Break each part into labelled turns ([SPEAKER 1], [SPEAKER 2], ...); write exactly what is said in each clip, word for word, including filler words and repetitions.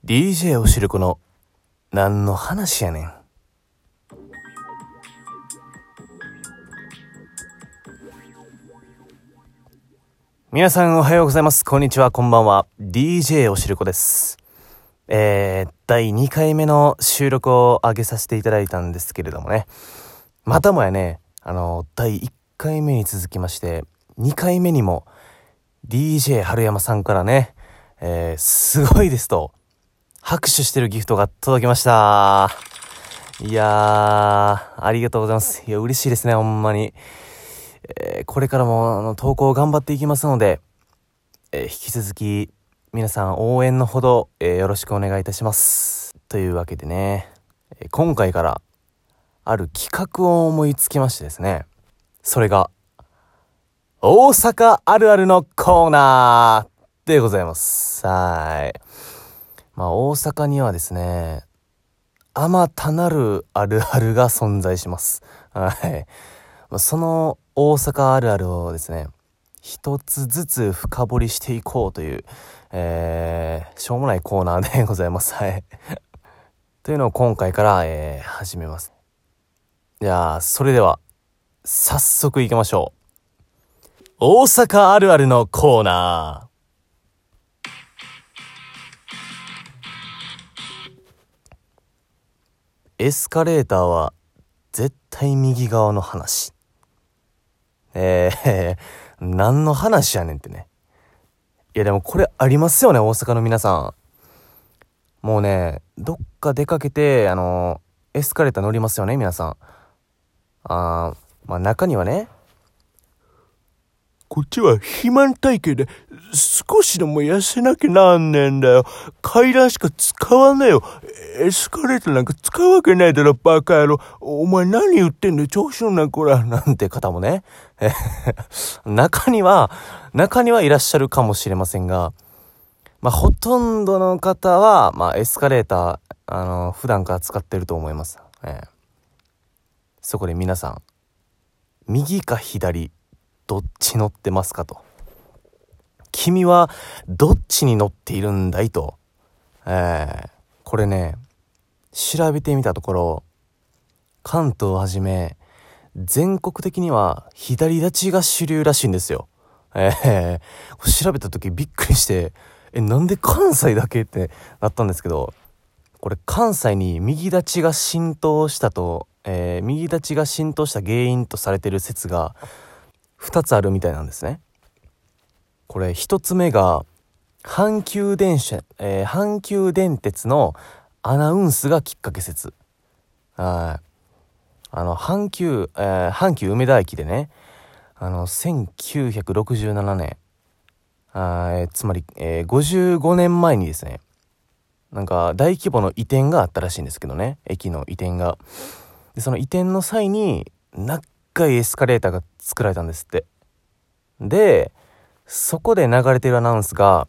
[SPEAKER 1] ディージェー を知る子の何の話やねん。皆さんおはようございます。こんにちは、こんばんは。ディージェー を知る子です。えー、だいにかいめの収録を上げさせていただいたんですけれどもね。またもやね、あの、だいいっかいめに続きまして、にかいめにも ディージェー 春山さんからね、えー、すごいですと、拍手してるギフトが届きました。いやー、ありがとうございます。いや、嬉しいですね、ほんまに。えー、これからもあの投稿頑張っていきますので、えー、引き続き皆さん応援のほど、えー、よろしくお願いいたします。というわけでね、えー、今回からある企画を思いつきましてですね、それが大阪あるあるのコーナーでございます。はい。まあ大阪にはですね、あまたなるあるあるが存在します。はい。その大阪あるあるをですね、一つずつ深掘りしていこうという、えー、しょうもないコーナーでございます。はい。というのを今回から、えー、始めます。じゃあ、それでは、早速行きましょう。大阪あるあるのコーナー。エスカレーターは絶対右側の話。えー、何の話やねんってね。いやでもこれありますよね、大阪の皆さん。もうね、どっか出かけて、あのー、エスカレーター乗りますよね、皆さん。あー、まあ中にはね、こっちは肥満体型で少しでも痩せなきゃなんねんだよ。階段しか使わねえよ。エスカレーターなんか使うわけないだろ、バカ野郎。お前何言ってんだよ、調子乗んなこら。なんて方もね。中には、中にはいらっしゃるかもしれませんが、まあほとんどの方は、まあエスカレーター、あの、普段から使ってると思います。えー、そこで皆さん、右か左、どっち乗ってますかと。君はどっちに乗っているんだいと。えー、これね、調べてみたところ、関東をはじめ全国的には左立ちが主流らしいんですよ。えー、調べた時びっくりして、え、なんで関西だけってなったんですけど、これ関西に右立ちが浸透したと、えー、右立ちが浸透した原因とされている説がふたつあるみたいなんですね。これひとつめが阪急電車、えー、阪急電鉄のアナウンスがきっかけ説。はい。あの阪急、えー、阪急梅田駅でね、あのせんきゅうひゃくろくじゅうななねん、あ、えー、つまり、えー、ごじゅうごねんまえにですね、なんか大規模の移転があったらしいんですけどね、駅の移転が。でその移転の際に長いエスカレーターが作られたんですって。でそこで流れてるアナウンスが、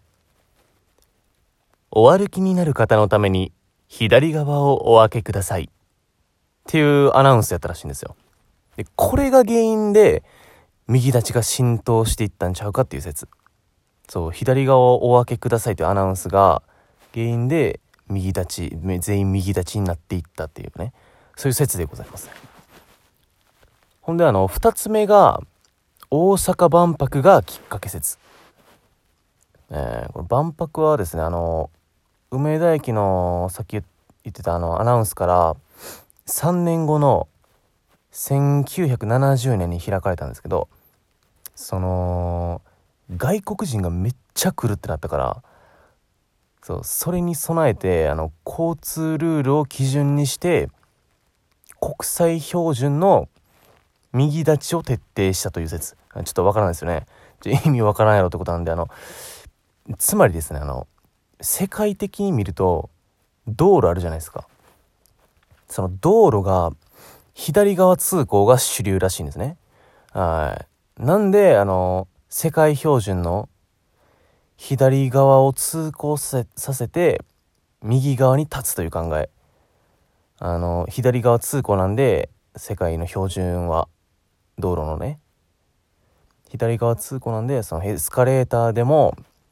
[SPEAKER 1] お歩きになる方のために左側をお開けくださいっていうアナウンスやったらしいんですよ。でこれが原因で右立ちが浸透していったんちゃうかっていう説。そう、左側をお開けくださいというアナウンスが原因で右立ち、全員右立ちになっていったっていうね、そういう説でございます。ほんであのふたつめが大阪万博がきっかけ説。えー、これ万博はですね、あの梅田駅のさっき言ってたあのアナウンスからさんねんごのせんきゅうひゃくななじゅうねんに開かれたんですけど、その外国人がめっちゃ来るってなったから、そうそれに備えてあの交通ルールを基準にして国際標準の右立ちを徹底したという説。ちょっとわからないですよね。ちょ意味わからないやろってことなんで、あのつまりですね、あの世界的に見ると道路あるじゃないですか。その道路が左側通行が主流らしいんですね。はい。なんであの世界標準の左側を通行させ、させて右側に立つという考え。あの左側通行なんで世界の標準は道路のね、左側通行なんで、そのエスカレーターでも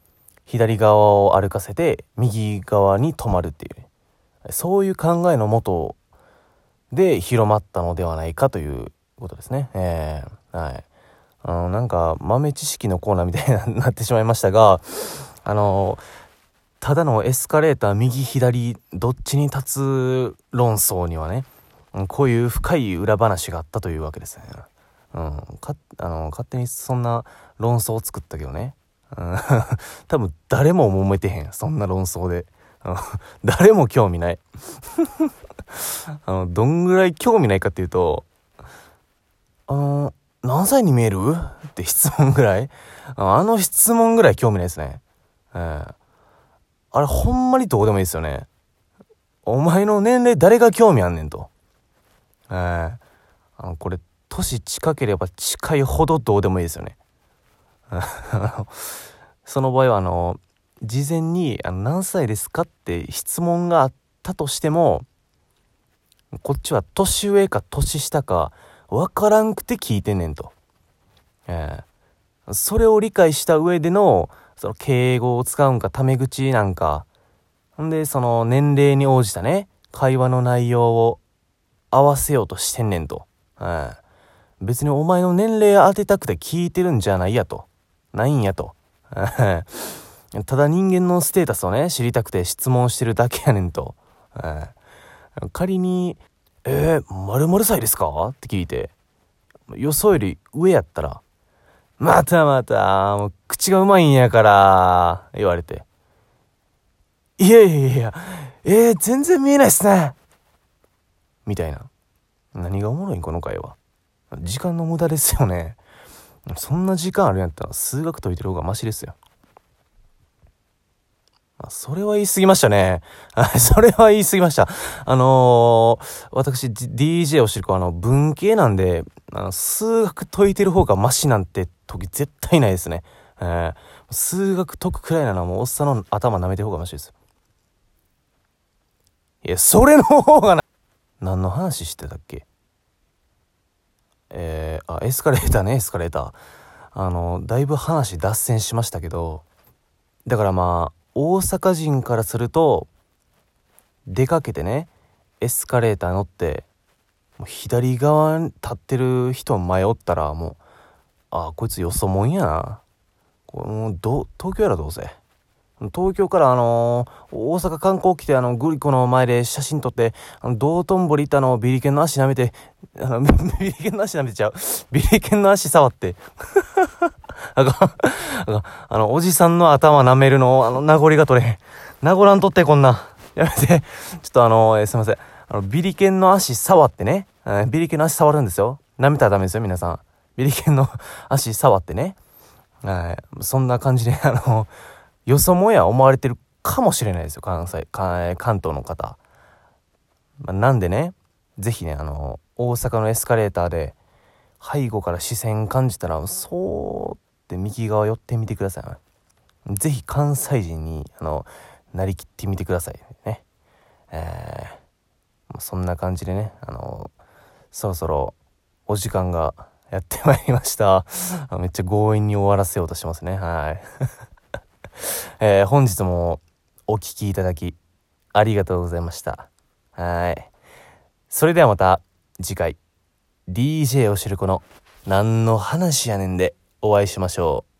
[SPEAKER 2] 左側を歩かせて右側に止まるっていう、ね、そういう考えのもとで広まったのではないかということですね。えー、はい。あのなんか豆知識のコーナーみたいになってしまいましたが、あのただのエスカレーター右左どっちに立つ論争にはね、こういう深い裏話があったというわけですね。うん、かあの勝手にそんな論争を作ったけどね、うん、多分誰も揉めてへん、そんな論争で、うん、誰も興味ないあのどんぐらい興味ないかっていうと、あの何歳に見えるって質問ぐらい、あの質問ぐらい興味ないですね。えー、あれほんまにどうでもいいですよね。お前の年齢誰が興味あんねんと。えー、あのこれ年近ければ近いほどどうでもいいですよね。その場合はあの事前にあの何歳ですかって質問があったとしても、こっちは年上か年下か分からんくて聞いてんねんと。えー、それを理解した上でのその敬語を使うんかタメ口なんか、ほんでその年齢に応じたね会話の内容を合わせようとしてんねんと。えー、別にお前の年齢当てたくて聞いてるんじゃないやと、ないんやと。ただ人間のステータスをね知りたくて質問してるだけやねんと。えー、仮にえー、〇〇歳ですかって聞いて、予想より上やったら、またまたもう口がうまいんやから言われて、いやいやいやえー、全然見えないっすねみたいな。何がおもろいんこの会話。時間の無駄ですよね。そんな時間あるんやったら数学解いてる方がマシですよ。それは言い過ぎましたね。それは言い過ぎました。あのー、私 ディージェー を知る子はあの文系なんで、あの数学解いてる方がマシなんて時絶対ないですね。えー、数学解くくらいならもうおっさんの頭舐めてる方がマシです。いや、それの方がな、何の話してたっけ？えー、あ、エスカレーターね、エスカレーター。あの、だいぶ話脱線しましたけど、だからまあ、大阪人からすると出かけてねエスカレーター乗ってもう左側に立ってる人迷ったらもうあこいつよそもんやな、これもうど東京やろどうせ、東京からあのー、大阪観光来てあのグリコの前で写真撮ってあの道頓堀行ったのビリケンの足舐めてあのビリケンの足舐めてちゃうビリケンの足触ってあかんあのおじさんの頭舐めるのあの名残が取れへん、名残んとってこんなやめてちょっとあの、えー、すいません、あのビリケンの足触ってね、えー、ビリケンの足触るんですよ、舐めたらダメですよ皆さん、ビリケンの足触ってね、はい、そんな感じであのよそもや思われてるかもしれないですよ関西関東の方、まあ、なんでねぜひねあの大阪のエスカレーターで背後から視線感じたらそうって右側寄ってみてください。ぜひ関西人にあのなりきってみてくださいね。えー、そんな感じでねあのそろそろお時間がやってまいりましためっちゃ強引に終わらせようとしてますね。はい、えー、本日もお聞きいただきありがとうございました。はい、それではまた次回 ディージェー を知る子の何の話やねんでお会いしましょう。